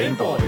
Game Boys.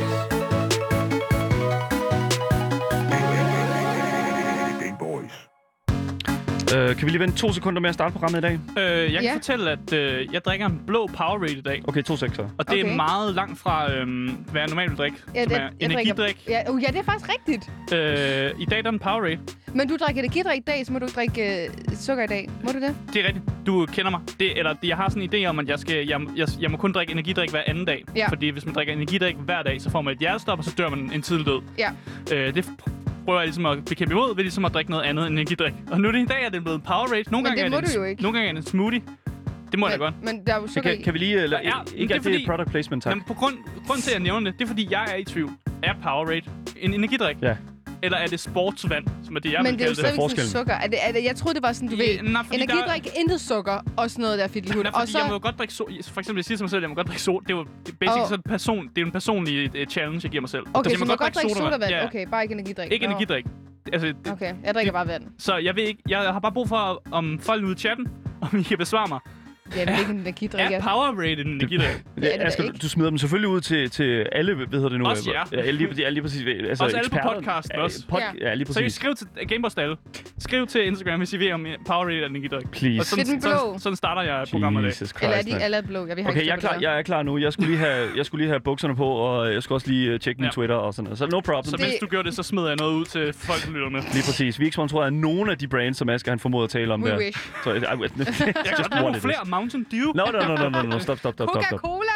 Game Boys. Kan vi lige vente 2 sekunder med at starte programmet i dag? Jeg kan fortælle, at jeg drikker en blå Powerade i dag. Okay, 2 sekser. Og det er meget langt fra, hvad jeg normalt vil drikke, som er energidrik. Ja, det er faktisk rigtigt. I dag der er en Powerade. Men du drikker energidrik i dag, så må du drikke sukker i dag. Må du det? Det er rigtigt. Du kender mig. Jeg har sådan en idé om, at jeg må kun drikke energidrik hver anden dag. Ja. Fordi hvis man drikker energidrik hver dag, så får man et hjertestop, og så dør man en tidlig død. Ja. Det prøver jeg ligesom at bekæmpe imod ved ligesom at drikke noget andet end energidrik. Og nu i dag er det blevet en Powerade. Nogle gange er det en smoothie. Det må jeg da godt. Men der er jo sukker i. Kan vi lige... ikke det er product placement, tak. Jamen, grund til, at jeg nævner det, det er, fordi jeg er i tvivl. Er Powerade en energidrik? Ja. Eller er det sportsvand, som er det, jeg vil kalde det? Men det er jo stadigvæk sådan sukker. Jeg troede, det var sådan, du ved, energidrik, intet sukker og sådan noget der fedt lige og så... Jeg må godt drikke for eksempel, jeg siger til mig selv, at jeg må godt drikke soda. Det er jo basic sådan det er en personlig challenge, jeg giver mig selv. Okay, så du må godt drikke sodavand? Ja. Okay, bare ikke energidrik? Ikke energidrik. Altså, okay, jeg drikker bare vand. Så jeg ved ikke, jeg har bare brug for, om folk ude i chatten, om I kan besvare mig. Ja, det er ikke en energidrik. Er Powerade en energidrik? Du smider dem selvfølgelig ud til alle, hvad hedder det nu? Også jer. Ja, lige præcis. Altså, også alle på podcasten også. Ja, lige præcis. Så skriv til Gameboys alle. Skriv til Instagram, hvis I ved om Powerade er en energidrik. Please. Sådan starter jeg programmet i dag. Eller er de alle blå? Okay, jeg er klar nu. Jeg skulle lige have bukserne på, og jeg skulle også lige tjekke min Twitter og sådan noget. Så no problem. Så mens du gør det, så smider jeg noget ud til folk, der lytter med. Lige præcis. Vi er ikke sponsoreret af nogen af de brands, som Asger han formoder at tale om der. We wish. Jeg kan bruge flere Mountain Dew. No. Stop. Coca-Cola!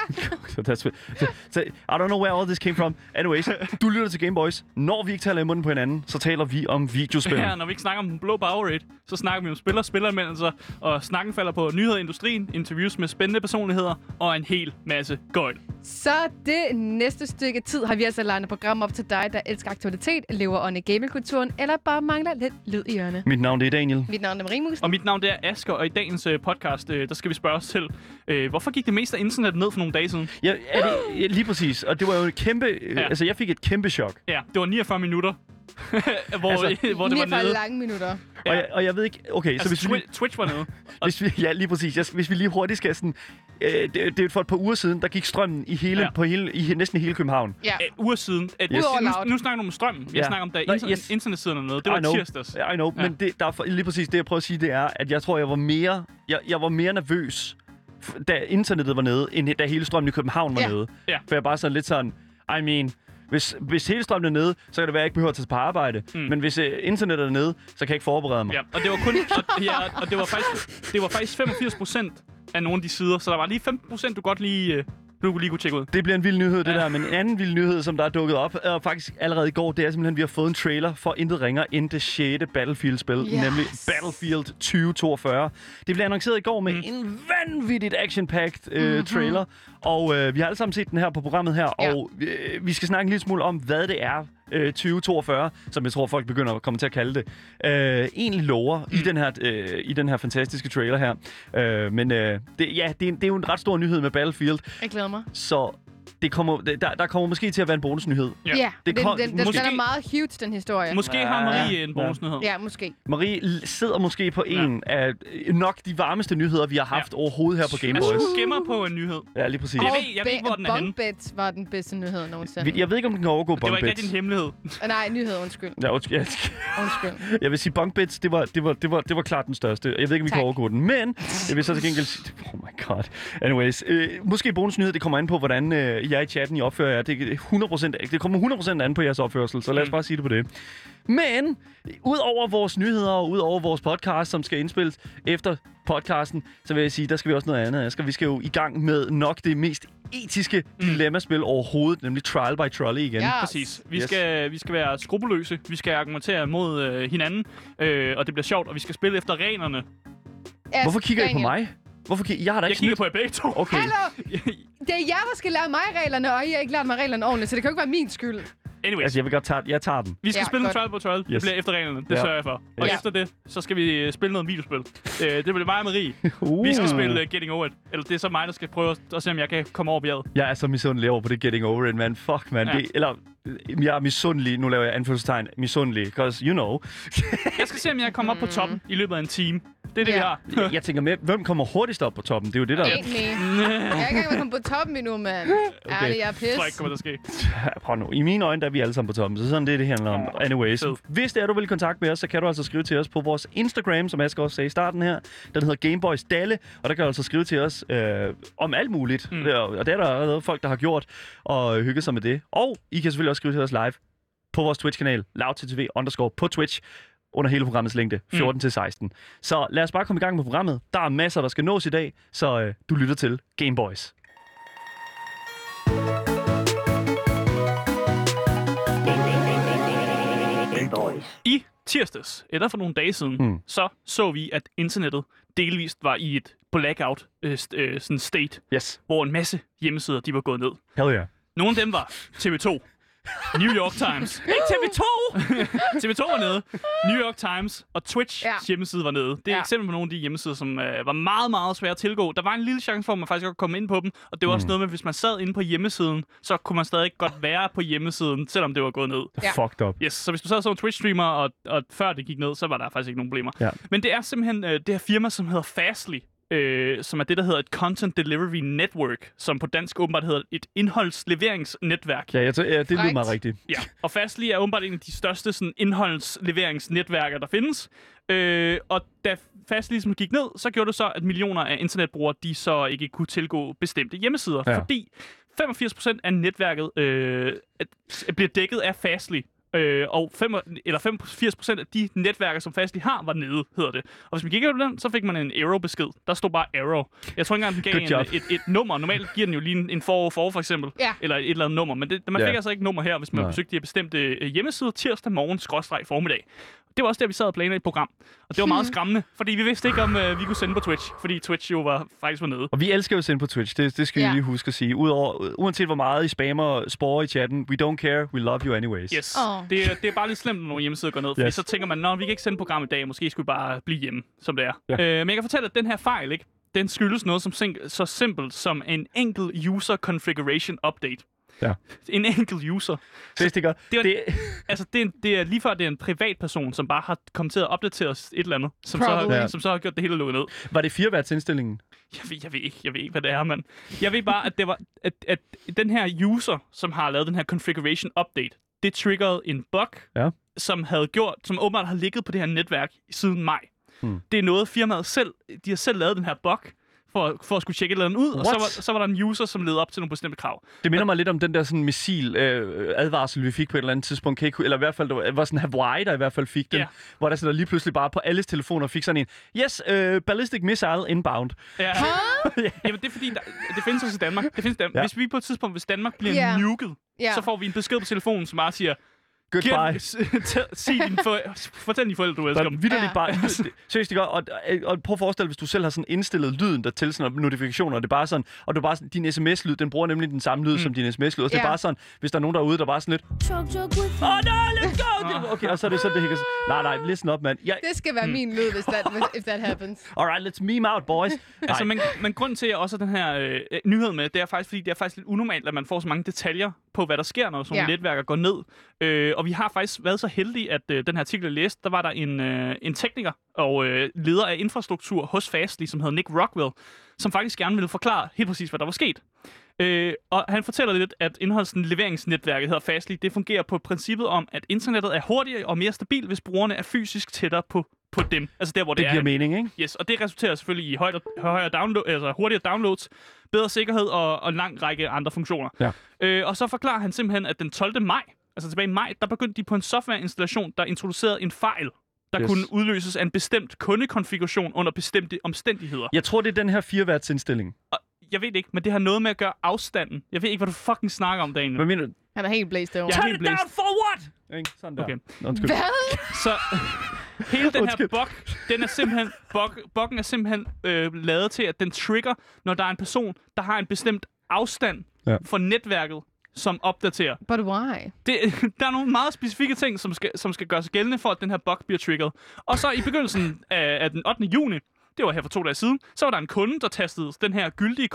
I don't know where all this came from. Anyways, du lytter til Game Boys. Når vi ikke taler i munden på hinanden, så taler vi om videospil. Ja, når vi ikke snakker om den blå Powerade, så snakker vi om spilleranmeldelser, og snakken falder på nyheder i industrien, interviews med spændende personligheder og en hel masse gøjl. Så det næste stykke tid har vi altså legnet et program op til dig, der elsker aktualitet, lever ånd i gamingkulturen, eller bare mangler lidt lyd i ørerne. Mit navn det er Daniel. Mit navn er Marie Musen. Og mit navn det er Asger, og i dagens podcast, der skal vi spørge os til, hvorfor gik det meste af internet ned for nogle dage siden? Ja, lige præcis. Og det var jo et kæmpe... Altså, jeg fik et kæmpe chok. Ja, det var 49 minutter. hvor det var nede. Lange minutter. Ja. Og jeg ved ikke... Okay, altså, så hvis Twitch var nede. Ja, lige præcis. Hvis vi lige hurtigt skal sådan... Det er for et par uger siden, der gik strømmen i næsten hele København. Ja. Uger siden. Nu snakker du om strømmen. Jeg snakker om, da internetsiden er noget. Det var tirsdags. I know. Ja. Men lige præcis det, jeg prøver at sige, det er, at jeg tror, jeg var mere nervøs, da internettet var nede, end da hele strømmen i København var nede. Ja. For jeg bare sådan lidt sådan... Hvis hele strømmen er nede, så kan det være, at jeg ikke behøver at tage på arbejde. Men hvis internettet er nede, så kan jeg ikke forberede mig. Ja, og det var kun... og det var faktisk 85% af nogle af de sider, så der var lige 15%, du godt lige... Du kunne tjekke ud. Det bliver en vild nyhed, det der. Men en anden vild nyhed, som der er dukket op, og faktisk allerede i går, det er simpelthen, at vi har fået en trailer for intet ringer end det 6. Battlefield-spil, nemlig Battlefield 2042. Det blev annonceret i går med en vanvittigt action-packed trailer, og vi har alle sammen set den her på programmet her, og vi skal snakke en lille smule om, hvad det er, 2042, som jeg tror, folk begynder at komme til at kalde det, egentlig lover i den her fantastiske trailer her. Men det er jo en ret stor nyhed med Battlefield. Jeg glæder mig. Så der kommer måske til at være en bonusnyhed. Ja, den er meget huge, den historie. Måske har Marie en bonusnyhed. Ja, måske. Marie sidder måske på en af nok de varmeste nyheder, vi har haft overhovedet her på Game Boys. Altså, gemmer på en nyhed. Ja, lige præcis. Jeg ved ikke, hvor den er henne. Bunkbeds var den bedste nyhed nogensinde. Jeg ved ikke, om den kan overgå Bunkbeds. Det var ikke din hemmelighed. Nej, nyhed, undskyld. Ja, undskyld. Jeg vil sige, Bunkbeds, det var klart den største. Jeg ved ikke, om vi kan overgå den, men jeg vil så til gengæld sige... Oh my god. Anyways, måske bonusnyhed, det kommer an på, hvordan jeg i chatten I opfører jer. Det kommer 100% an på jeres opførsel, så lad os bare sige det på det. Men, ud over vores nyheder og ud over vores podcast, som skal indspilles efter podcasten, så vil jeg sige, der skal vi også noget andet. Vi skal jo i gang med nok det mest etiske dilemmaspil overhovedet, nemlig Trial by Trolley igen. Ja, præcis. Vi skal være skrupelløse. Vi skal argumentere mod hinanden, og det bliver sjovt, og vi skal spille efter reglerne. Hvorfor kigger I på mig? Jeg har da ikke kigger på jer begge to. Okay. Hallo! Det er jer, der skal lære mig reglerne, og I har ikke lært mig reglerne ordentligt, så det kan jo ikke være min skyld. Anyways. Altså, jeg vil godt jeg tager den. Vi skal spille en Trial by Trial. Det bliver efter reglerne. Det sørger jeg for. Og efter det, så skal vi spille noget videospil. Det bliver mig og Marie. Vi skal spille Getting Over It. Eller det er så mig, der skal prøve at se, om jeg kan komme over bjerget. Jeg er så misundelig over på det Getting Over It, man. Fuck, man. Ja. Jeg er misundelig. Nu laver jeg anførselstegn. Misundelig. Because you know. Jeg skal se, om jeg kommer op på toppen i løbet af en time. Det er det, vi har. Jeg tænker med, hvem kommer hurtigst op på toppen? Det er jo det, der... Egentlig. Jeg er ikke engang kommet på toppen endnu, mand. Okay. Ærlig, jeg er Jeg tror ikke, pis. kommer til at ske. Prøv nu. I mine øjne, der er vi alle sammen på toppen, så sådan det handler om. Anyways, fed. hvis det er, du vil i kontakt med os, så kan du altså skrive til os på vores Instagram, som Asger også sagde i starten her. Den hedder Gameboys Dalle, og der kan du altså skrive til os om alt muligt. Og det er der allerede folk, der har gjort, og hygge sig med det. Og I kan selvfølgelig også skrive til os live på vores Twitch-kanal, loudttv_ på Twitch, under hele programmets længde, 14-16. Så lad os bare komme i gang med programmet. Der er masser, der skal nås i dag, så du lytter til Gameboys. I tirsdags, eller for nogle dage siden, så vi, at internettet delvist var i et blackout sådan state, Yes. hvor en masse hjemmesider, de var gået ned. Hell yeah. Nogle af dem var TV2, New York Times. Ikke TV2! TV2 var nede, New York Times og Twitch hjemmeside var nede. Det er eksempel på nogle af de hjemmesider, som var meget, meget svære at tilgå. Der var en lille chance for, at man faktisk godt kunne komme ind på dem, og det var også noget med, at hvis man sad inde på hjemmesiden, så kunne man stadig godt være på hjemmesiden, selvom det var gået ned. Fucked up. Yes, så hvis du sad som Twitch-streamer, og før det gik ned, så var der faktisk ikke nogen problemer. Ja. Men det er simpelthen det her firma, som hedder Fastly, som er det, der hedder et Content Delivery Network, som på dansk åbenbart hedder et indholdsleveringsnetværk. Ja, det lyder meget rigtigt. Ja, og Fastly er åbenbart en af de største sådan, indholdsleveringsnetværker, der findes. Og da Fastly ligesom gik ned, så gjorde det så, at millioner af internetbrugere, de så ikke kunne tilgå bestemte hjemmesider. Ja. Fordi 85% af netværket bliver dækket af Fastly. Og 85% af de netværker, som Fastly har, var nede, hedder det. Og hvis man gik efter den, så fik man en error-besked. Der stod bare error. Jeg tror ikke engang, den gav et nummer. Normalt giver den jo lige en for eksempel. Ja. Eller et eller andet nummer. Men man fik altså ikke nummer her, hvis man besøgte de her bestemte hjemmesider tirsdag morgen / formiddag. Det var også der, vi sad og planlagde et program. Og det var meget skræmmende, fordi vi vidste ikke, om vi kunne sende på Twitch. Fordi Twitch jo faktisk var nede. Og vi elsker jo at sende på Twitch. Det skal vi lige huske at sige. Uanset hvor meget I spammer og sporer i chatten, we don't care, we love you anyways. Yes. Det er bare lidt slemt, når nogle hjemmesider går ned. Fordi så tænker man, vi kan ikke sende program i dag. Måske skulle vi bare blive hjemme, som det er. Ja. Men jeg kan fortælle, at den her fejl, ikke, den skyldes noget så simpelt som en enkelt user configuration update. Ja. En enkelt user. Det er lige før, det er en privatperson, som bare har kommet til at opdatere os et eller andet, som så har gjort det hele lukket ned. Var det 4-værtsindstillingen? Jeg ved ikke, hvad det er, mand. Jeg ved bare, at det var at den her user, som har lavet den her configuration update, det triggerede en bug, som åbenbart har ligget på det her netværk siden maj. Det er noget firmaet selv, de har selv lavet den her bug, for at skulle tjekke et eller andet ud, og så var der en user, som led op til nogle bestemte krav. Det minder mig lidt om den der sådan missil-advarsel, vi fik på et eller andet tidspunkt. Eller i hvert fald, det var sådan Hawaii, der i hvert fald fik den. Hvor der så lige pludselig bare på alles telefoner fik sådan en, yes, ballistic missile inbound. Ja. Jamen, det er fordi, det findes også i Danmark. Hvis vi på et tidspunkt, hvis Danmark bliver nuked, så får vi en besked på telefonen, som bare siger, goodbye. Fortæl dine forældre, du elsker dem. Seriøst, ikke? Og prøv at forestille, hvis du selv har sådan indstillet lyden, der tilsender notifikationer, det er bare sådan, og det er bare sådan, din sms-lyd, den bruger nemlig den samme lyd som din sms-lyd. Og det er bare sådan, hvis der er nogen derude, der bare sådan lidt, let's go! Okay, og så er det sådan, det hækker. Nej, listen up, man. Det skal være min lyd, if that happens. Alright, let's meme out, boys. Men grunden til, at jeg også den her nyhed med, det er faktisk, fordi det er faktisk lidt unormalt, at man får så mange detaljer på, hvad der sker, når sådan nogle netværker går ned. Og vi har faktisk været så heldige, at den her artikel, jeg læste, der var der en tekniker og leder af infrastruktur hos Fastly, som hedder Nick Rockwell, som faktisk gerne ville forklare helt præcis, hvad der var sket. Og han fortæller lidt, at indholdsleveringsnetværket hedder Fastly. Det fungerer på princippet om, at internettet er hurtigere og mere stabil, hvis brugerne er fysisk tættere på dem. Altså der, hvor det er. Det giver mening, ikke? Yes, og det resulterer selvfølgelig i hurtigere downloads, bedre sikkerhed og en lang række andre funktioner. Ja. Og så forklarer han simpelthen, at den 12. maj, altså tilbage i maj, der begyndte de på en softwareinstallation, der introducerede en fejl, der kunne udløses af en bestemt kundekonfiguration under bestemte omstændigheder. Jeg tror, det er den her 4-værtsindstilling. Jeg ved ikke, men det har noget med at gøre afstanden. Jeg ved ikke, hvad du fucking snakker om, Daniel. Hvad mener du? Han er helt blæst derovre. Turn it down for what? Sådan der. Okay. Hvad? Så hele den her bug, buggen er simpelthen lavet til, at den trigger, når der er en person, der har en bestemt afstand for netværket, som opdaterer. But why? Der er nogle meget specifikke ting, som skal gøre sig gældende for, at den her bug bliver triggeret. Og så i begyndelsen af den 8. juni, det var her for 2 dage siden, så var der en kunde, der tastede den her gyldige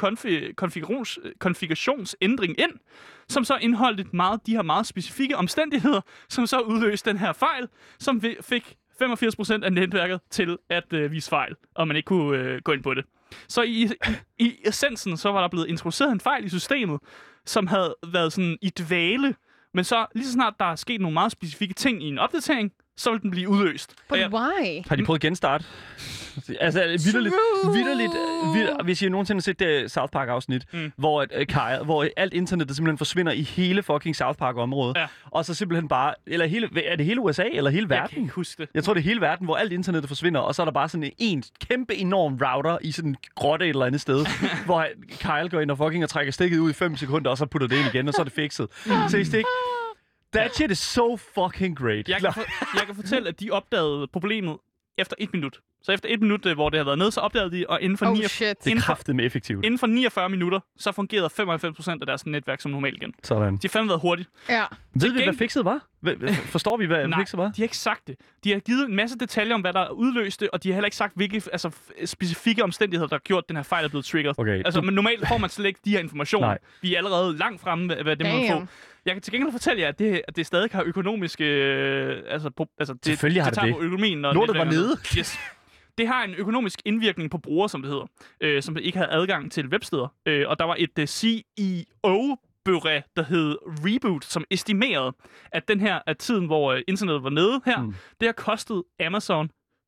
konfigurationsændring ind, som så indeholdt de her meget specifikke omstændigheder, som så udløste den her fejl, som fik 85% af netværket til at vise fejl, og man ikke kunne gå ind på det. Så i essensen, så var der blevet introduceret en fejl i systemet, som havde været sådan i dvale, men så lige så snart der er sket nogle meget specifikke ting i en opdatering, så vil den blive udløst. But why? Har de prøvet genstart? Altså, vitterligt, hvis I nogensinde har set det South Park-afsnit, hvor alt internettet simpelthen forsvinder i hele fucking South Park-området, og så simpelthen bare, eller er det hele USA, eller hele verden? Jeg kan ikke huske det. Jeg tror, det er hele verden, hvor alt internettet forsvinder, og så er der bare sådan en kæmpe enorm router i sådan en grotte et eller andet sted, hvor Kyle går ind og fucking og trækker stikket ud i 5 sekunder, og så putter det ind igen, og så er det fikset. Ses det ikke? That shit is so fucking great. Jeg kan fortælle, at de opdagede problemet efter 1 minut. Så efter 1 minut, hvor det har været nede, så opdagede de, og inden for, det er kraftedeme effektivt. Inden for 49 minutter, så fungerede 95% af deres netværk som normalt igen. Sådan. De har fandme været hurtigt. Ja. Ved vi, hvad fikset var? Forstår vi, hvad fikset var? Nej, de har ikke sagt det. De har givet en masse detaljer om, hvad der udløste, og de har heller ikke sagt, hvilke specifikke omstændigheder, der har gjort, den her fejl er blevet triggeret. Okay. Altså, men normalt får man slet ikke de her informationer. Nej. Vi er allerede langt fremme, hvad det må få. Jeg kan til gengæld fortælle jer, at det stadig har økonomiske... Selvfølgelig har det tager på økonomien. Lortet var nede. Yes. Det har en økonomisk indvirkning på brugere, som det hedder, som ikke havde adgang til websteder. Og der var et CEO-bureau, der hed Reboot, som estimerede, at den her at tiden, hvor internettet var nede her, det har kostet Amazon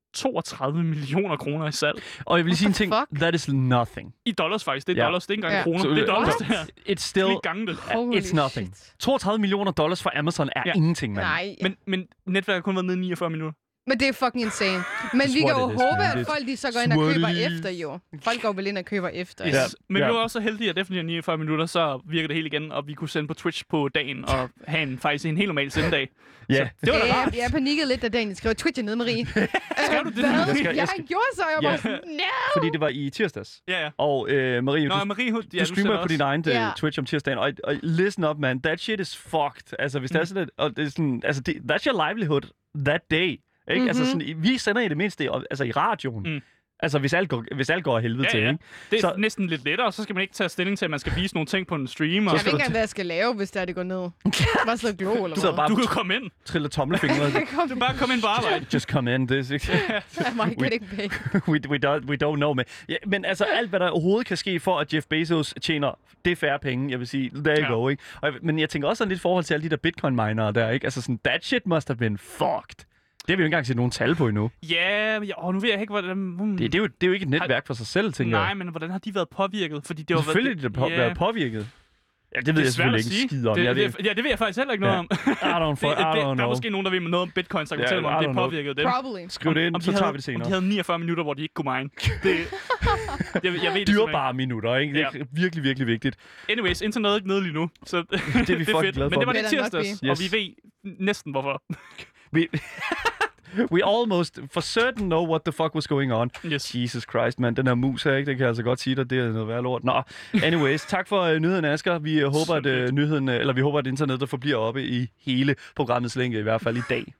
32 millioner kroner i salg. Og jeg vil sige en ting, that is nothing. I dollars faktisk, det er dollars, det er ikke engang kroner. Så, det er dollars, det her. It's still... It's nothing. 32 millioner dollars for Amazon er ingenting, mand. Nej. Men netværket har kun været nede i 49 minutter. Men det er fucking insane. Men vi kan jo håbe, at folk de så går ind og køber efter, jo. Folk går vel ind og køber efter. Yes. Men vi var også så heldige, at efter de 49 minutter, så virker det helt igen, og vi kunne sende på Twitch på dagen og have faktisk en helt normal sendedag. Ja. Det var da rart. Jeg panikkede lidt, da Daniel skrev Twitch ned, Marie. Skrev du det? Jeg gjorde så, jeg var sådan, no! Fordi det var i tirsdags. Ja. Og Marie, du streamer på din egen Twitch om tirsdagen, og listen up, man. That shit is fucked. Altså, hvis det er sådan, og det er sådan, altså, that's your livelihood that day. Ikke? Mm-hmm. Altså sådan, vi sender i det mindste altså i radioen. Altså hvis alt går af helvede til, ikke? Det er næsten lidt lettere, så skal man ikke tage stilling til, at man skal vise nogle ting på en stream. Jeg ved ikke engang, hvad jeg skal lave, hvis det går ned. Bare sidde og glo, eller hvad? Du kan komme ind. Trille tommelfingre. Du bare komme ind på arbejde. Just come in. This. we don't know, man. Ja, men altså alt, hvad der overhovedet kan ske for, at Jeff Bezos tjener det færre penge, jeg vil sige, there you go, ikke? Men jeg tænker også sådan lidt forhold til alle de der bitcoin-minere der, ikke? Altså sådan, that shit must have been fucked. Det har vi jo ikke engang set nogen tal på endnu. Ja, nu ved jeg ikke, hvordan... Det er jo ikke et netværk for sig selv, tænker jeg. Nej, men hvordan har de været påvirket? Fordi det var selvfølgelig har de været påvirket. Ja, det ved jeg selvfølgelig ikke skid om. Det ved jeg faktisk heller ikke noget om. I don't know. Der er måske nogen, der ved noget om bitcoin, så kan fortælle mig, om det påvirkede dem. Probably. Skriv det ind, så tager vi det senere. Om de havde 49 minutter, hvor de ikke kunne mine. Jeg ved dyrebare minutter, ikke? Det er virkelig, virkelig vigtigt. Anyways, internettet er ikke nede lige nu, så det er vi fucking glade for. Men det var det tirsdags, og vi ved næsten hvorfor. We almost for certain know what the fuck was going on. Yes. Jesus Christ, man. Den her mus her, ikke? Det kan jeg altså godt sige dig. Det er noget værd lort. Nå, anyways. Tak for nyheden, Asger. Vi håber, vi håber, at internettet forbliver oppe i hele programmets længe, i hvert fald i dag.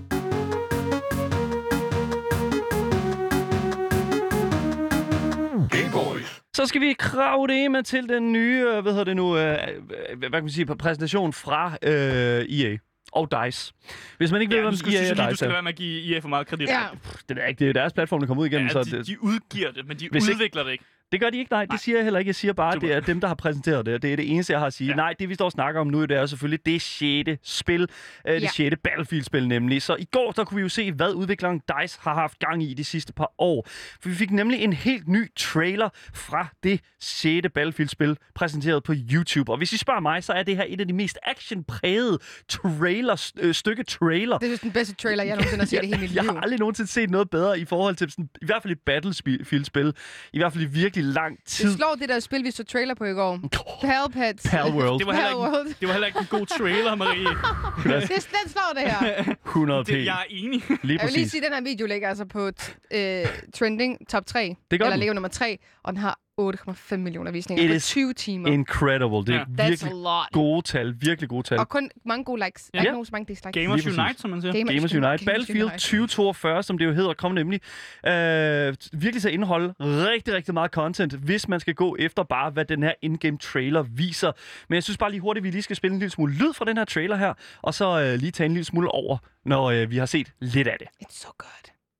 Så skal vi kravle til den nye, hvad kan man sige, præsentation fra EA. Og DICE. Hvis man ikke ved, hvad EA og DICE du skal være med at give EA for meget kredit. Ja. Det er ikke, det er deres platform, der kommer ud igennem. Ja, så de udgiver det, men de udvikler det ikke. Det gør de ikke, nej. Det siger jeg heller ikke. Jeg siger bare, at det er dem, der har præsenteret det. Det er det eneste, jeg har at sige. Ja. Nej, det vi står og snakker om nu, det er selvfølgelig det 6. spil. Det 6. Battlefield-spil nemlig. Så i går, der kunne vi jo se, hvad udvikleren DICE har haft gang i de sidste par år. For vi fik nemlig en helt ny trailer fra det 6. Battlefield-spil, præsenteret på YouTube. Og hvis I spørger mig, så er det her et af de mest actionprægede stykke trailer. Det er den bedste trailer, jeg nogensinde har set i hele mit liv. Jeg har aldrig nogensinde set noget bedre i forhold til sådan, i hvert fald et Battlefield-spil. I hvert fald i virkelig lang tid. Det slår det der spil, vi så trailer på i går. Palpats. Palworld. Det var heller ikke en god trailer, Marie. Den slår det her. 100p. Jeg er enig. Lige jeg vil lige præcis. sige, at den her video ligger altså på trending top 3. Det gør eller den. ligger nummer 3. Og den har 8,5 millioner visninger på 20 timer. Incredible. Det er virkelig gode tal. Virkelig gode tal. Og kun mange gode likes. Der er ikke nogen så mange dislikes. Gamers Unite, som man siger. Gamers Unite. Battlefield 2042, som det jo hedder, kommer nemlig virkelig til at indeholde rigtig, rigtig meget content, hvis man skal gå efter bare, hvad den her in-game trailer viser. Men jeg synes bare lige hurtigt, vi lige skal spille en lille smule lyd fra den her trailer her, og så lige tage en lille smule over, når vi har set lidt af det. It's so good.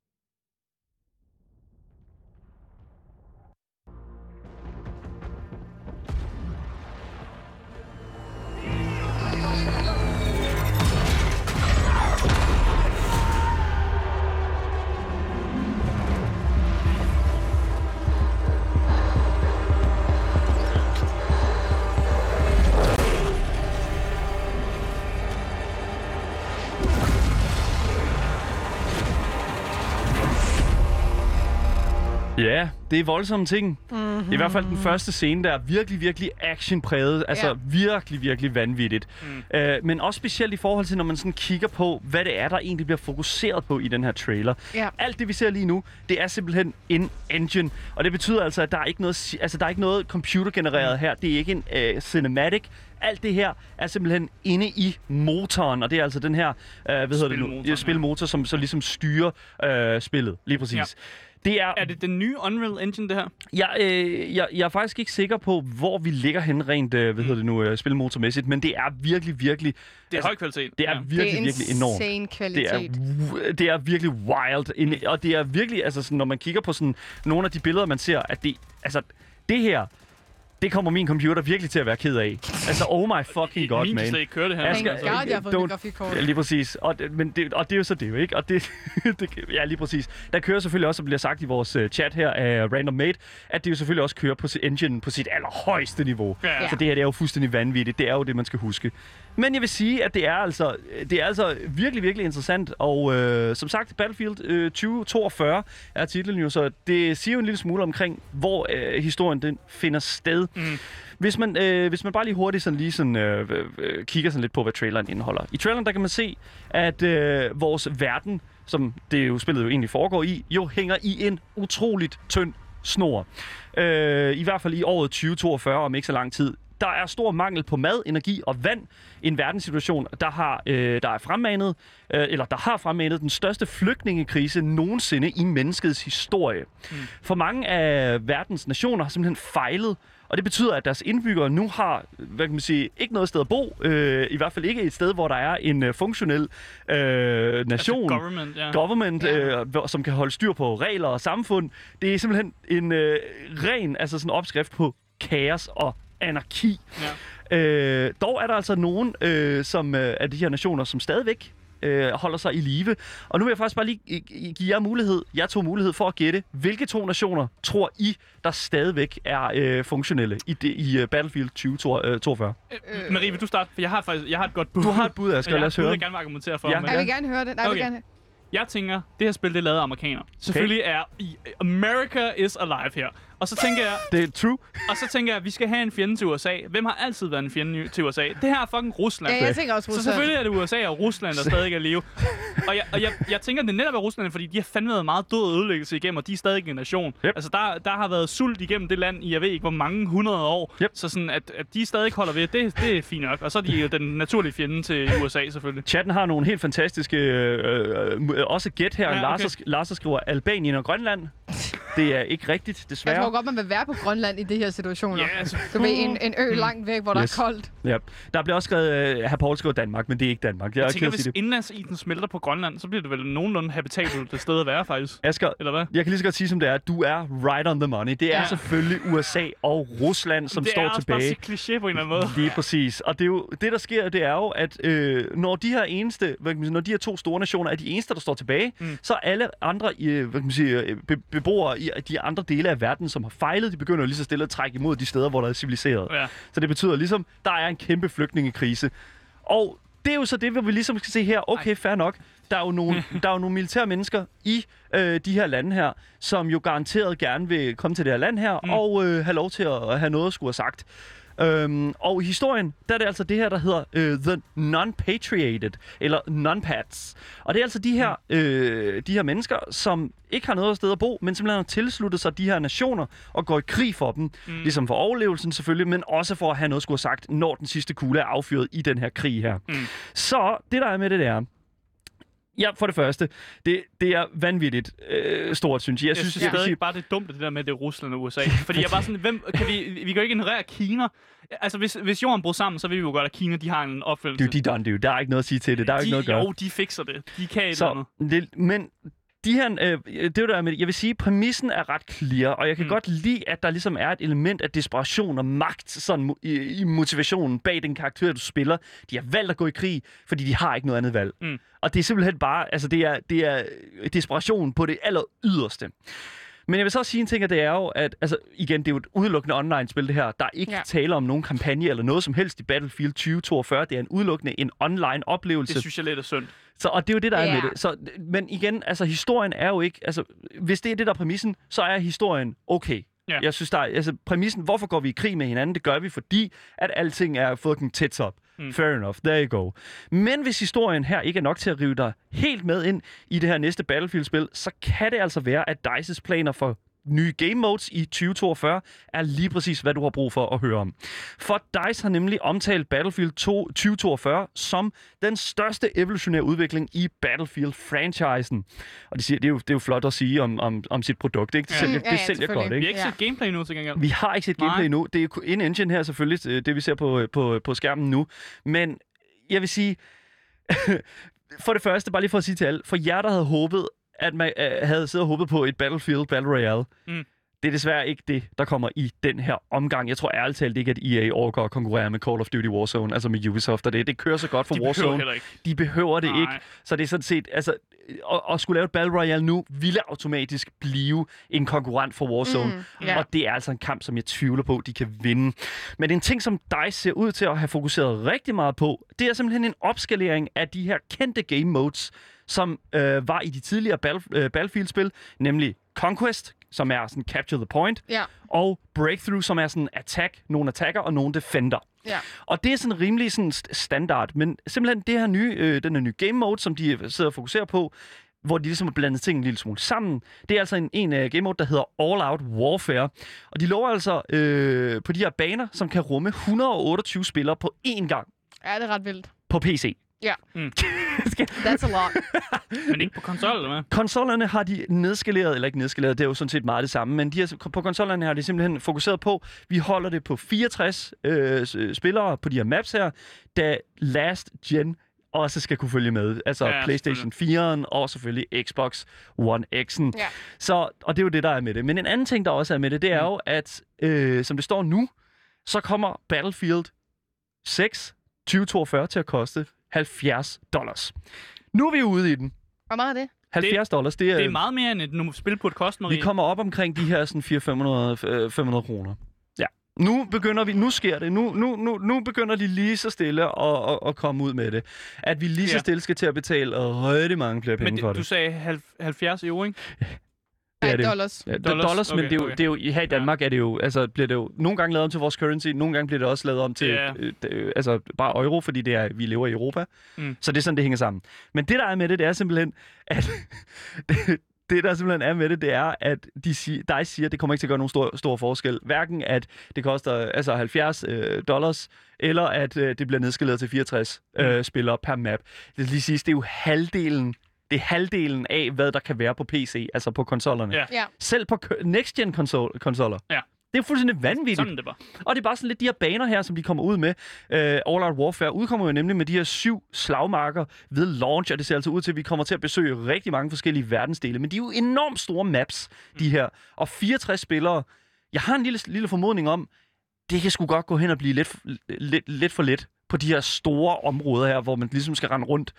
Ja, det er voldsomme ting. I hvert fald den første scene, der er virkelig, virkelig actionpræget. Altså virkelig, virkelig vanvittigt. Men også specielt i forhold til, når man sådan kigger på, hvad det er, der egentlig bliver fokuseret på i den her trailer. Alt det, vi ser lige nu, det er simpelthen en engine. Og det betyder altså, at der er ikke noget computergenereret her. Det er ikke en cinematic. Alt det her er simpelthen inde i motoren, og det er altså den her spilmotor, som så ligesom styrer spillet. Lige præcis. Ja. Er det den nye Unreal Engine, det her? Jeg er faktisk ikke sikker på, hvor vi ligger hen rent, spilmotormæssigt, men det er virkelig, virkelig... Det er høj kvalitet. Det er virkelig, virkelig enormt. Det er insane kvalitet. Det er virkelig wild, og det er virkelig, altså sådan, når man kigger på sådan nogle af de billeder, man ser, at det her... Det kommer min computer virkelig til at være ked af. Altså, oh my fucking god, man. Min kan slet ikke køre det her. Jeg har fået mit grafikkort. Ja, lige præcis. Og det er jo så det, ikke? Og ja, lige præcis. Der kører selvfølgelig også, som bliver sagt i vores chat her af Random Made, at det jo selvfølgelig også kører på engine på sit allerhøjeste niveau. Ja. Så det her, det er jo fuldstændig vanvittigt. Det er jo det, man skal huske. Men jeg vil sige, at det er altså virkelig, virkelig interessant. Og som sagt, Battlefield 2042 er titlen jo, så det siger jo en lille smule omkring, hvor historien den finder sted. Hvis man bare lige hurtigt kigger sådan lidt på, hvad traileren indeholder. I traileren, der kan man se, at vores verden, som det jo spillet jo egentlig foregår i, jo hænger i en utroligt tynd snor. I hvert fald i året 2042, om ikke så lang tid. Der er stor mangel på mad, energi og vand. En verdenssituation, der har fremmanet den største flygtningekrise nogensinde i menneskets historie. For mange af verdens nationer har simpelthen fejlet, og det betyder, at deres indbyggere nu har, ikke noget sted at bo. I hvert fald ikke et sted, hvor der er en funktionel nation. Altså government, som kan holde styr på regler og samfund. Det er simpelthen en ren opskrift på kaos og anarki. Ja. Dog er der altså nogen af de her nationer, som stadigvæk holder sig i live. Og nu vil jeg faktisk bare lige give jer mulighed for at gætte, hvilke 2 nationer tror I, der stadigvæk er funktionelle i Battlefield 2042? Marie, vil du starte? For jeg har et godt bud. Du har et bud, Asger. Lad os høre. Jeg gerne vil argumentere for. Ja. Jeg vil gerne høre det. Jeg tænker, det her spil, det er lavet af amerikanere. Selvfølgelig er America is alive her. Og så tænker jeg... Det er true. Og så tænker jeg, at vi skal have en fjende til USA. Hvem har altid været en fjende til USA? Det her er fucking Rusland. Ja, jeg tænker også Rusland. Så selvfølgelig er det USA og Rusland, der stadig er i live. Og jeg tænker, det netop er Rusland, fordi de har fandme været meget død og ødelæggelse igennem, og de er stadig en nation. Yep. Altså, der har været sult igennem det land i, jeg ved ikke, hvor mange 100 år. Yep. Så sådan, at de stadig holder ved, det er fint nok. Og så er de jo den naturlige fjende til USA, selvfølgelig. Chatten har nogle helt fantastiske også gæt her. Ja, okay. Lars skriver Albanien og Grønland. Det er ikke rigtigt, desværre. Jeg tror godt, man vil være på Grønland i de her situationer. Ja, altså. Du ved, en ø langt væk, hvor der er koldt. Ja. Der bliver også skrevet, herr Poul skriver Danmark, men det er ikke Danmark. Jeg tænker, hvis indlandsisen smelter på Grønland, så bliver det vel nogenlunde habitabelt det sted at være, faktisk. Asger, eller hvad? Jeg kan lige så godt sige, som det er. Du er right on the money. Det er selvfølgelig USA og Rusland, som står tilbage. Det er også bare kliché på en eller anden måde. Lige præcis. Og det er jo, det, der sker, det er jo, at når de her 2 store nationer er de eneste, der står tilbage, så alle andre beboere i de andre dele af verden, som har fejlet, de begynder lige så stille at trække imod de steder, hvor der er civiliseret. Ja. Så det betyder ligesom, der er en kæmpe flygtningekrise. Og det er jo så det, hvor vi ligesom skal se her. Okay, fair nok. der er jo nogle militære mennesker i de her lande her, som jo garanteret gerne vil komme til det her land her, og have lov til at have noget at skulle have sagt. Og i historien, der er det altså det her, der hedder The Non-Patriated, eller Non-Pats. Og det er altså de her mennesker, som ikke har noget sted at bo, men simpelthen har tilsluttet sig de her nationer og går i krig for dem. Ligesom for overlevelsen selvfølgelig, men også for at have noget at skulle have sagt, når den sidste kugle er affyret i den her krig her. Så det, der er med det, er... Ja, for det første, det er vanvittigt stort, synes jeg. Jeg synes stadig bare, det er dumt, det der med det Rusland og USA. Fordi jeg bare sådan, vi kan jo ikke ignorere Kina. Altså, hvis jorden brød sammen, så vil vi jo godt, at Kina, de har en opfølgelse. De done, dude. Der er ikke noget at sige til det. Der er ikke noget at gøre. Jo, de fikser det. De kan et eller andet. Men de her, det er jo der med, jeg vil sige, præmissen er ret clear, og jeg kan godt lide, at der ligesom er et element af desperation og magt sådan, i motivationen bag den karakter, du spiller. De har valgt at gå i krig, fordi de har ikke noget andet valg. Og det er simpelthen bare, altså det er desperation på det aller yderste. Men jeg vil så også sige en ting, at det er jo, at altså, igen, det er jo et udelukkende online-spil, det her. Der er ikke tale om nogen kampagne eller noget som helst i Battlefield 2042. Det er udelukkende en online-oplevelse. Det synes jeg lidt er synd. Så, og det er jo det, der er med det. Så, men igen, altså historien er jo ikke... Altså, hvis det er det, der er præmissen, så er historien okay. Ja. Jeg synes, der er... Altså, præmissen, hvorfor går vi i krig med hinanden? Det gør vi, fordi at alting er fucking tits up. Fair enough, there you go. Men hvis historien her ikke er nok til at rive dig helt med ind i det her næste Battlefield-spil, så kan det altså være, at DICE's planer for nye game modes i 2042 er lige præcis, hvad du har brug for at høre om. For DICE har nemlig omtalt Battlefield 2042 som den største evolutionære udvikling i Battlefield-franchisen. Og de siger, det er jo flot at sige om sit produkt, ikke? Det sælger godt, ikke? Vi har ikke set gameplay nu til gengæld. Vi har ikke set gameplay nu. Det er en engine her selvfølgelig, det vi ser på skærmen nu. Men jeg vil sige, for det første, bare lige for at sige til alle, for jer, der havde håbet, at man havde siddet og håbet på et Battlefield Battle Royale. Det er desværre ikke det, der kommer i den her omgang. Jeg tror ærligt talt ikke, at EA overgår at konkurrere med Call of Duty Warzone, altså med Ubisoft, og det kører så godt for Warzone. De behøver det ikke. Så det er sådan set, altså, at skulle lave et Battle Royale nu, ville automatisk blive en konkurrent for Warzone. Og det er altså en kamp, som jeg tvivler på, de kan vinde. Men en ting, som DICE ser ud til at have fokuseret rigtig meget på, det er simpelthen en opskalering af de her kendte game modes, som var i de tidligere Battlefield-spil, nemlig Conquest, som er sådan Capture the Point, og Breakthrough, som er sådan nogle attacker og nogle defender. Og det er sådan rimelig sådan standard, men simpelthen det her den her nye game mode, som de sidder og fokuserer på, hvor de ligesom har blandet tingene en lille smule sammen. Det er altså en game mode, der hedder All Out Warfare. Og de lover altså på de her baner, som kan rumme 128 spillere på én gang. Ja, det er ret vildt. På PC. Ja. That's a lot. Men ikke på konsol, eller hvad? Konsollerne har de nedskaleret, eller ikke nedskaleret, det er jo sådan set meget det samme, men på konsollerne har de simpelthen fokuseret på, vi holder det på 64 spillere på de her maps her, da last gen også skal kunne følge med. Altså PlayStation 4'en og selvfølgelig Xbox One X'en. Så, og det er jo det, der er med det. Men en anden ting, der også er med det, det er jo, at som det står nu, så kommer Battlefield 6 2042 til at koste $70. Nu er vi ude i den. Hvor meget er det? $70, det er meget mere end et spil på et kost, Marie. Vi kommer op omkring de her sådan 400-500 kroner. Ja. Nu begynder vi, nu sker det. Nu begynder de lige så stille at komme ud med det. At vi lige så stille skal til at betale rigtig mange flere penge for det. Du sagde 70 euro, ikke? Det er det. Dollars. Ja, dollars, okay, men det er jo her i Danmark er det jo, altså bliver det jo nogle gange lavet om til vores currency, nogle gange bliver det også lavet om til altså bare euro, fordi vi lever i Europa. Så det er sådan, det hænger sammen. Men det, der er med det er simpelthen, at det, der simpelthen er med det, det er, at DICE siger, at det kommer ikke til at gøre nogen stor forskel. Hverken at det koster altså $70, eller at det bliver nedskaleret til 64 spillere per map. Det lige siges, det er jo halvdelen af, hvad der kan være på PC, altså på konsollerne. Ja. Selv på next-gen konsoller. Ja. Det er fuldstændig vanvittigt. Sådan det var. Og det er bare sådan lidt de her baner her, som de kommer ud med. All Out Warfare udkommer jo nemlig med de her 7 slagmarker ved launch, og det ser altså ud til, at vi kommer til at besøge rigtig mange forskellige verdensdele. Men de er jo enormt store maps, de her. Og 64 spillere. Jeg har en lille formodning om, det kan sgu godt gå hen og blive lidt for let på de her store områder her, hvor man ligesom skal rende rundt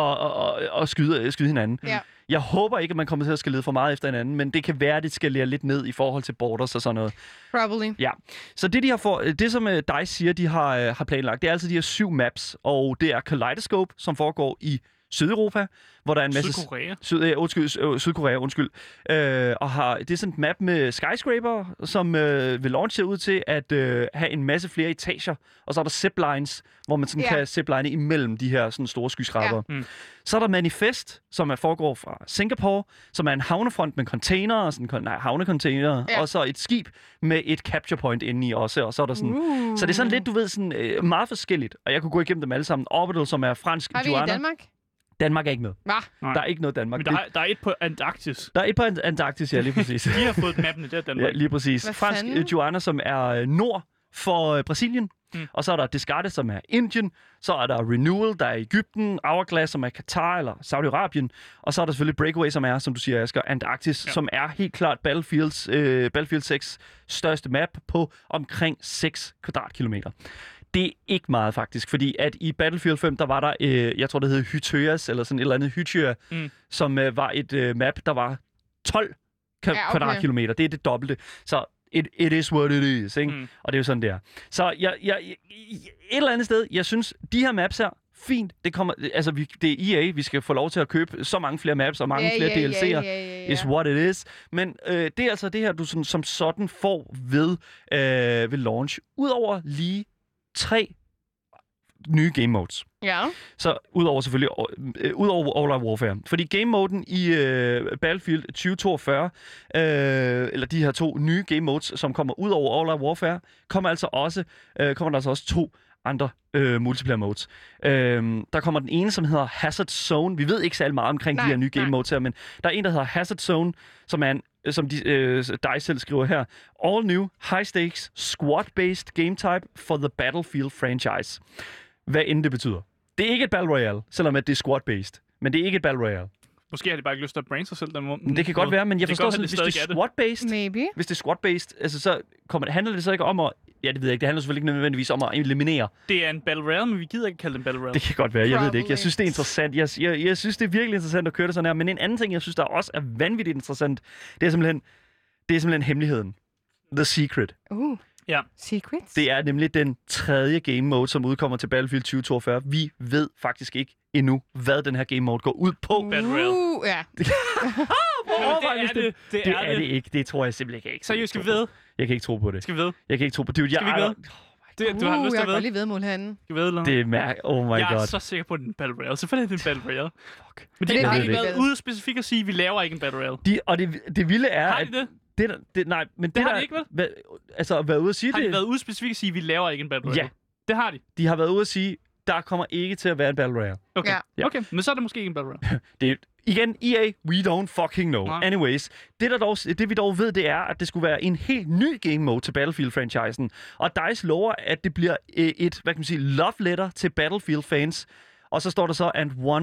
og skyde hinanden. Ja. Jeg håber ikke, at man kommer til at skal lede for meget efter hinanden, men det kan være, at det skal lære lidt ned i forhold til borders og sådan noget. Probably. Ja. Så det som DICE siger, de har planlagt, det er altså de her 7 maps, og det er Kaleidoscope, som foregår i Sydeuropa, hvor der er en masse... Sydkorea. Sydkorea. Og det er sådan et map med skyscraper, som vil launch ser ud til at have en masse flere etager. Og så er der ziplines, hvor man sådan kan zipline imellem de her sådan store skyskraber. Så er der Manifest, som foregår fra Singapore, som er en havnefront med containere, havnecontainere, og så et skib med et capture point inde i også. Og så er der sådan... Så det er sådan lidt, du ved, sådan meget forskelligt. Og jeg kunne gå igennem dem alle sammen. Orbital, som er fransk. Har vi i Danmark? Danmark er ikke med. Hva? Der er ikke noget Danmark. Men der er et på Antarktis. Der er et på Antarktis, ja, lige præcis. Vi har fået mappen, det er Danmark. Ja, lige præcis. Fransk Guiana, som er nord for Brasilien. Og så er der Descartes, som er Indien. Så er der Renewal, der er Egypten. Hourglass, som er Katar eller Saudi-Arabien. Og så er der selvfølgelig Breakaway, som er, som du siger, Asger, Antarktis, som er helt klart Battlefield 6 største map på omkring 6 kvadratkilometer. Det er ikke meget, faktisk, fordi at i Battlefield 5, der var der, jeg tror, det hed Hytøas, eller sådan et eller andet Hytøa, som var et map, der var 12 kvadratkilometer. Det er det dobbelte. Så it is what it is, ikke? Og det er jo sådan, det er. Så et eller andet sted, jeg synes, de her maps her, fint. Det kommer, altså, det er EA, vi skal få lov til at købe så mange flere maps og mange flere DLC'er. Is what it is. Men det er altså det her, du som sådan får ved launch. Udover lige 3 nye game modes. Ja. Så udover selvfølgelig udover All Out Warfare. Fordi game moden i Battlefield 2042, eller de her 2 nye game modes, som kommer ud over All Out Warfare, kommer der altså også 2 andre multiplayer modes. Der kommer den ene, som hedder Hazard Zone. Vi ved ikke særlig meget omkring de her nye game modes her, men der er en, der hedder Hazard Zone, som er en, som DICE selv skriver her. All new, high stakes, squad-based game type for the Battlefield franchise. Hvad end det betyder. Det er ikke et Battle Royale, selvom at det er squad-based. Men det er ikke et Battle Royale. Måske har de bare ikke lyst til at brande sig selv den måde. Det kan godt være, men jeg forstår sådan, hvis det er squad-based, hvis det er squad-based, altså så handler det så ikke om at... Ja, det ved jeg ikke. Det handler selvfølgelig ikke nødvendigvis om at eliminere. Det er en Battle Royale, men vi gider ikke kalde det en Battle Royale. Det kan godt være, jeg ved det ikke. Jeg synes, det er interessant. Jeg synes, det er virkelig interessant at køre det sådan her. Men en anden ting, jeg synes, der også er vanvittigt interessant, det er simpelthen hemmeligheden. The Secret. Ja. Secrets? Det er nemlig den 3. game mode, som udkommer til Battlefield 2042. Vi ved faktisk ikke endnu, hvad den her game mode går ud på. Battle Royale. Ja. Det er det ikke. Det tror jeg simpelthen ikke. Seriøst, skal vi ved? Jeg kan ikke tro på det. Skal vi ved? Jeg kan ikke tro på det. Skal vi ikke ved? Du har lyst til at ved? Jeg kan godt lige vedmål herinde. Skal vi ved, eller? Det er oh my god. Jeg er så sikker på, at det er en Battle Royale. Selvfølgelig er det en Battle Royale. Fuck. Men de har ikke været ude specifikt at sige, at vi laver ikke en Battle Royale. Og det vilde er... Har de det? Nej, men det har de ikke, vel? Altså, at være ude at sige det... Har de været ude specifikt at sige, at vi laver ikke en Battle Royale? Ja. Det har de. De har været ude at sige, der kommer ikke til at være en Battle Royale. Okay. Ja. Okay, men så er det måske ikke en Battle Royale. Igen, EA, we don't fucking know. Nej. Anyways, det vi dog ved, det er, at det skulle være en helt ny game mode til Battlefield-franchisen. Og DICE lover, at det bliver et, hvad kan man sige, love letter til Battlefield-fans. Og så står der så,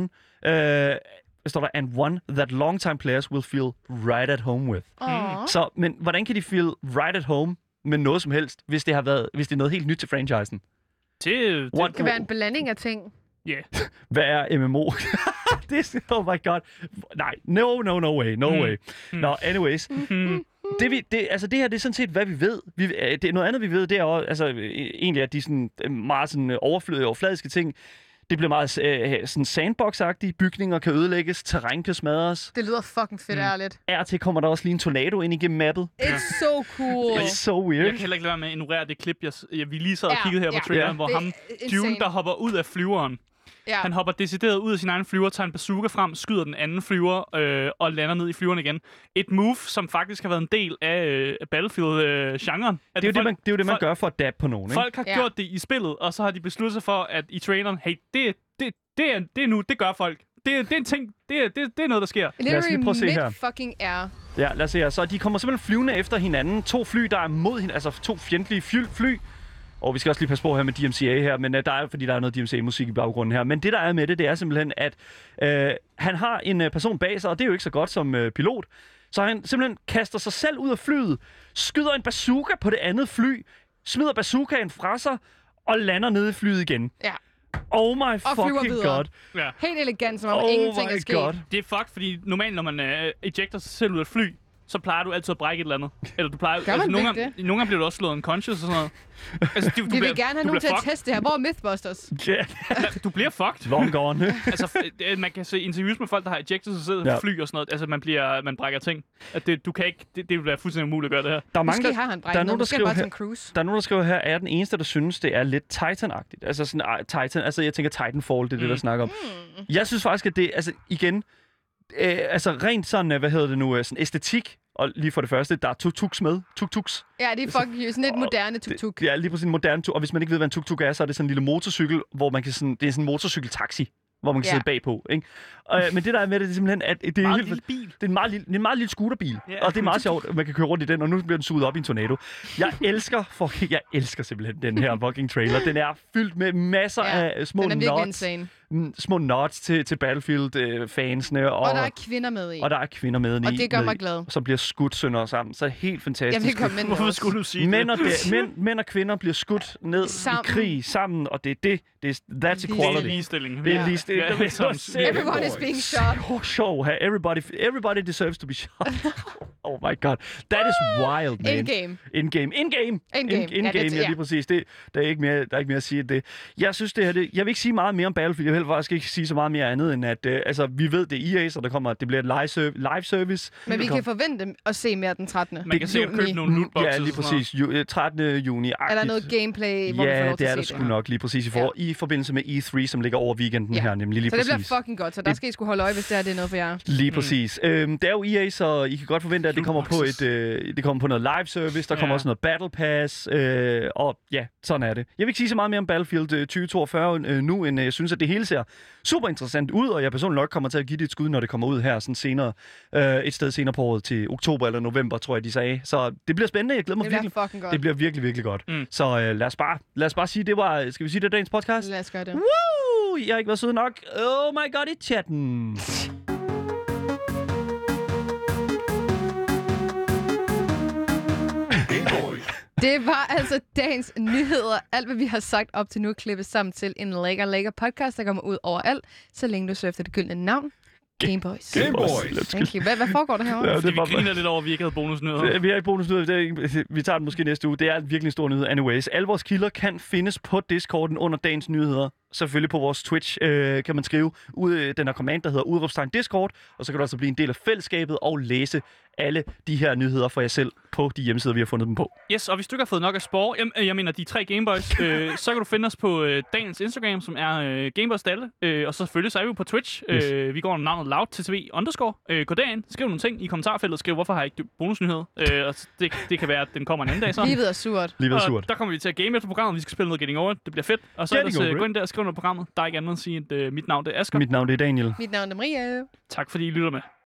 and one that long-time players will feel right at home with. Så, men hvordan kan de feel right at home med noget som helst, hvis det er noget helt nyt til franchisen? Det kan være en blanding af ting. Ja. Yeah. Hvad er MMO? Oh my god. Nej, no way. Nå, anyways. Det her, det er sådan set, hvad vi ved. Noget andet, vi ved, det er også, altså, egentlig, at de sådan, meget sådan overfladiske ting. Det bliver meget sådan sandbox-agtige. Bygninger kan ødelægges, terræn kan smadres. Det lyder fucking fedt, ærligt. RT kommer der også lige en tornado ind igennem mappet. It's so cool. It's so weird. Jeg kan heller ikke lade være med at ignorere det klip, vi lige sad og kiggede her på traileren, hvor ham, Dune, der hopper ud af flyveren. Ja. Han hopper decideret ud af sin egen flyver, tager en bazooka frem, skyder den anden flyver og lander ned i flyveren igen. Et move, som faktisk har været en del af Battlefield-genren. Det er jo det, man gør for at dabbe på nogen, ikke? Folk har gjort det i spillet, og så har de besluttet sig for, at i traileren, hey, det er nu, det gør folk. Det er en ting, det er noget, der sker. Literally mid-fucking air. Ja, lad os se her. Så de kommer simpelthen flyvende efter hinanden. 2 fly, der er mod hinanden, altså 2 fjendtlige fly. Og vi skal også lige passe på her med DMCA her, men fordi der er noget DMCA-musik i baggrunden her. Men det, der er med det er simpelthen, at han har en person bag sig, og det er jo ikke så godt som pilot. Så han simpelthen kaster sig selv ud af flyet, skyder en bazooka på det andet fly, smider bazookaen fra sig, og lander nede i flyet igen. Ja. Oh my fucking god. Ja. Helt elegant, som om ingenting er sket. God. Det er fucked, fordi normalt, når man ejecter sig selv ud af fly, så plejer du altid at brække et eller andet. Eller du plejer... Gør man nogle ikke gange, nogle gange bliver du også slået unconscious og sådan noget. Altså, Vi vil gerne have nogen til at teste det her. Hvor er Mythbusters? Ja, Du bliver fucked. long gone. Altså, man kan se interviews med folk, der har ejected sig selv fly og sådan noget. Altså, man brækker ting. At du kan ikke... Det vil være fuldstændig umuligt at gøre det her. Der er mange, Måske har han brækket noget. Måske bare Tom Cruise. Der er nogen, der skriver her, er jeg den eneste, der synes, det er lidt Titan-agtigt. Altså sådan Titan, altså jeg tænker Titanfall, det er det, der snakker om. Jeg synes faktisk, at det, altså igen, altså rent sådan, sådan æstetik, og lige for det første, der er tuk-tuks med. Tuk-tuks. Ja, det er fucking sådan et moderne tuk-tuk. Ja, lige præcis en moderne tuk. Og hvis man ikke ved, hvad en tuk-tuk er, så er det sådan en lille motorcykel, hvor man kan sådan, det er sådan en motorcykeltaxi, hvor man kan sidde bagpå, ikke? Men det der er med det er simpelthen, at det er meget helt lille bil. Det er en meget lille scooterbil, og det er meget sjovt, at man kan køre rundt i den, og nu bliver den suget op i en tornado. Jeg elsker simpelthen den her fucking trailer. Den er fyldt med masser af små den er virkelig nods. insane. Små nods til Battlefield-fansene. Og der er kvinder med i. Og der er kvinder med i. Og det gør mig glad. Som bliver skudt sønder sammen. Så helt fantastisk. Jeg vil komme med. Hvorfor skulle du sige det? Mænd og kvinder bliver skudt ned sammen. I krig sammen, og det er det. That's equality. Det er ligestilling. Det er ligestilling. Everyone is being shot. Show her. Everybody deserves to be shot. Oh my god. That is wild, man. In-game. Ja, lige præcis. Der er ikke mere at sige det. Jeg synes, det her... Jeg vil ikke sige meget mere om Battlefield. Jeg vil faktisk ikke sige så meget mere andet, end at vi ved, det er EA, så det bliver et live service. Men vi kan forvente at se mere den 13. Man kan sikkert købe nogle lootboxes. Ja, lige præcis. 13. juni. Er der noget gameplay, hvor vi får lov til det er at der se sgu nok lige præcis i forbindelse med E3, som ligger over weekenden her, nemlig lige så præcis. Så det bliver fucking godt, så der skal I sgu holde øje, hvis det er noget for jer. Lige præcis. Det er jo EA, så I kan godt forvente, at det kommer på det kommer på noget live service, der kommer også noget Battle Pass, og ja, sådan er det. Jeg vil ikke sige så meget mere om Battlefield 2042 nu, end jeg synes, at det hele ser super interessant ud, og jeg personligt nok kommer til at give det et skud, når det kommer ud her sådan senere, et sted senere på året til oktober eller november, tror jeg, de sagde. Så det bliver spændende, jeg glæder mig virkelig. Det bliver virkelig, virkelig godt. Så lad os bare sige, skal vi sige, det er dagens podcast? Lad os gøre det. Woo! Jeg har ikke været sød nok. Oh my god, i chatten. Det var altså dagens nyheder. Alt, hvad vi har sagt op til nu, klippes sammen til en lækker podcast, der kommer ud overalt, så længe du søger efter det gyldne navn. Gameboys. Thank you. Hvad foregår der herovre? Ja, vi griner lidt over, at vi ikke havde bonusnyheder. Vi har ikke bonusnyheder. Vi tager den måske næste uge. Det er virkelig en stor nyhed. Anyways, alle vores kilder kan findes på Discorden under dagens nyheder. Selvfølgelig på vores Twitch kan man skrive den her command, der hedder udråbstegn Discord, og så kan du altså blive en del af fællesskabet og læse alle de her nyheder for jer selv på de hjemmesider, vi har fundet dem på. Yes, og hvis du ikke har fået nok af spore, jeg mener de 3 Gameboys, så kan du finde os på dagens Instagram, som er Gameboys Dalle, og så selvfølgelig så er vi på Twitch. Yes. Vi går under navnet loudttv_. Gå derind, skriv nogle ting i kommentarfeltet, skriv hvorfor har jeg ikke bonusnyhed. Og det kan være, at den kommer en anden dag så. Livet er surt. Der kommer vi til at game efter programmet, vi skal spille noget Getting Over. Det bliver fedt. Og så gå ind der og skriv noget programmet. Der er ikke andet at sige, at mit navn det er Asger. Mit navn det er Daniel. Mit navn er Maria. Tak fordi I lytter med.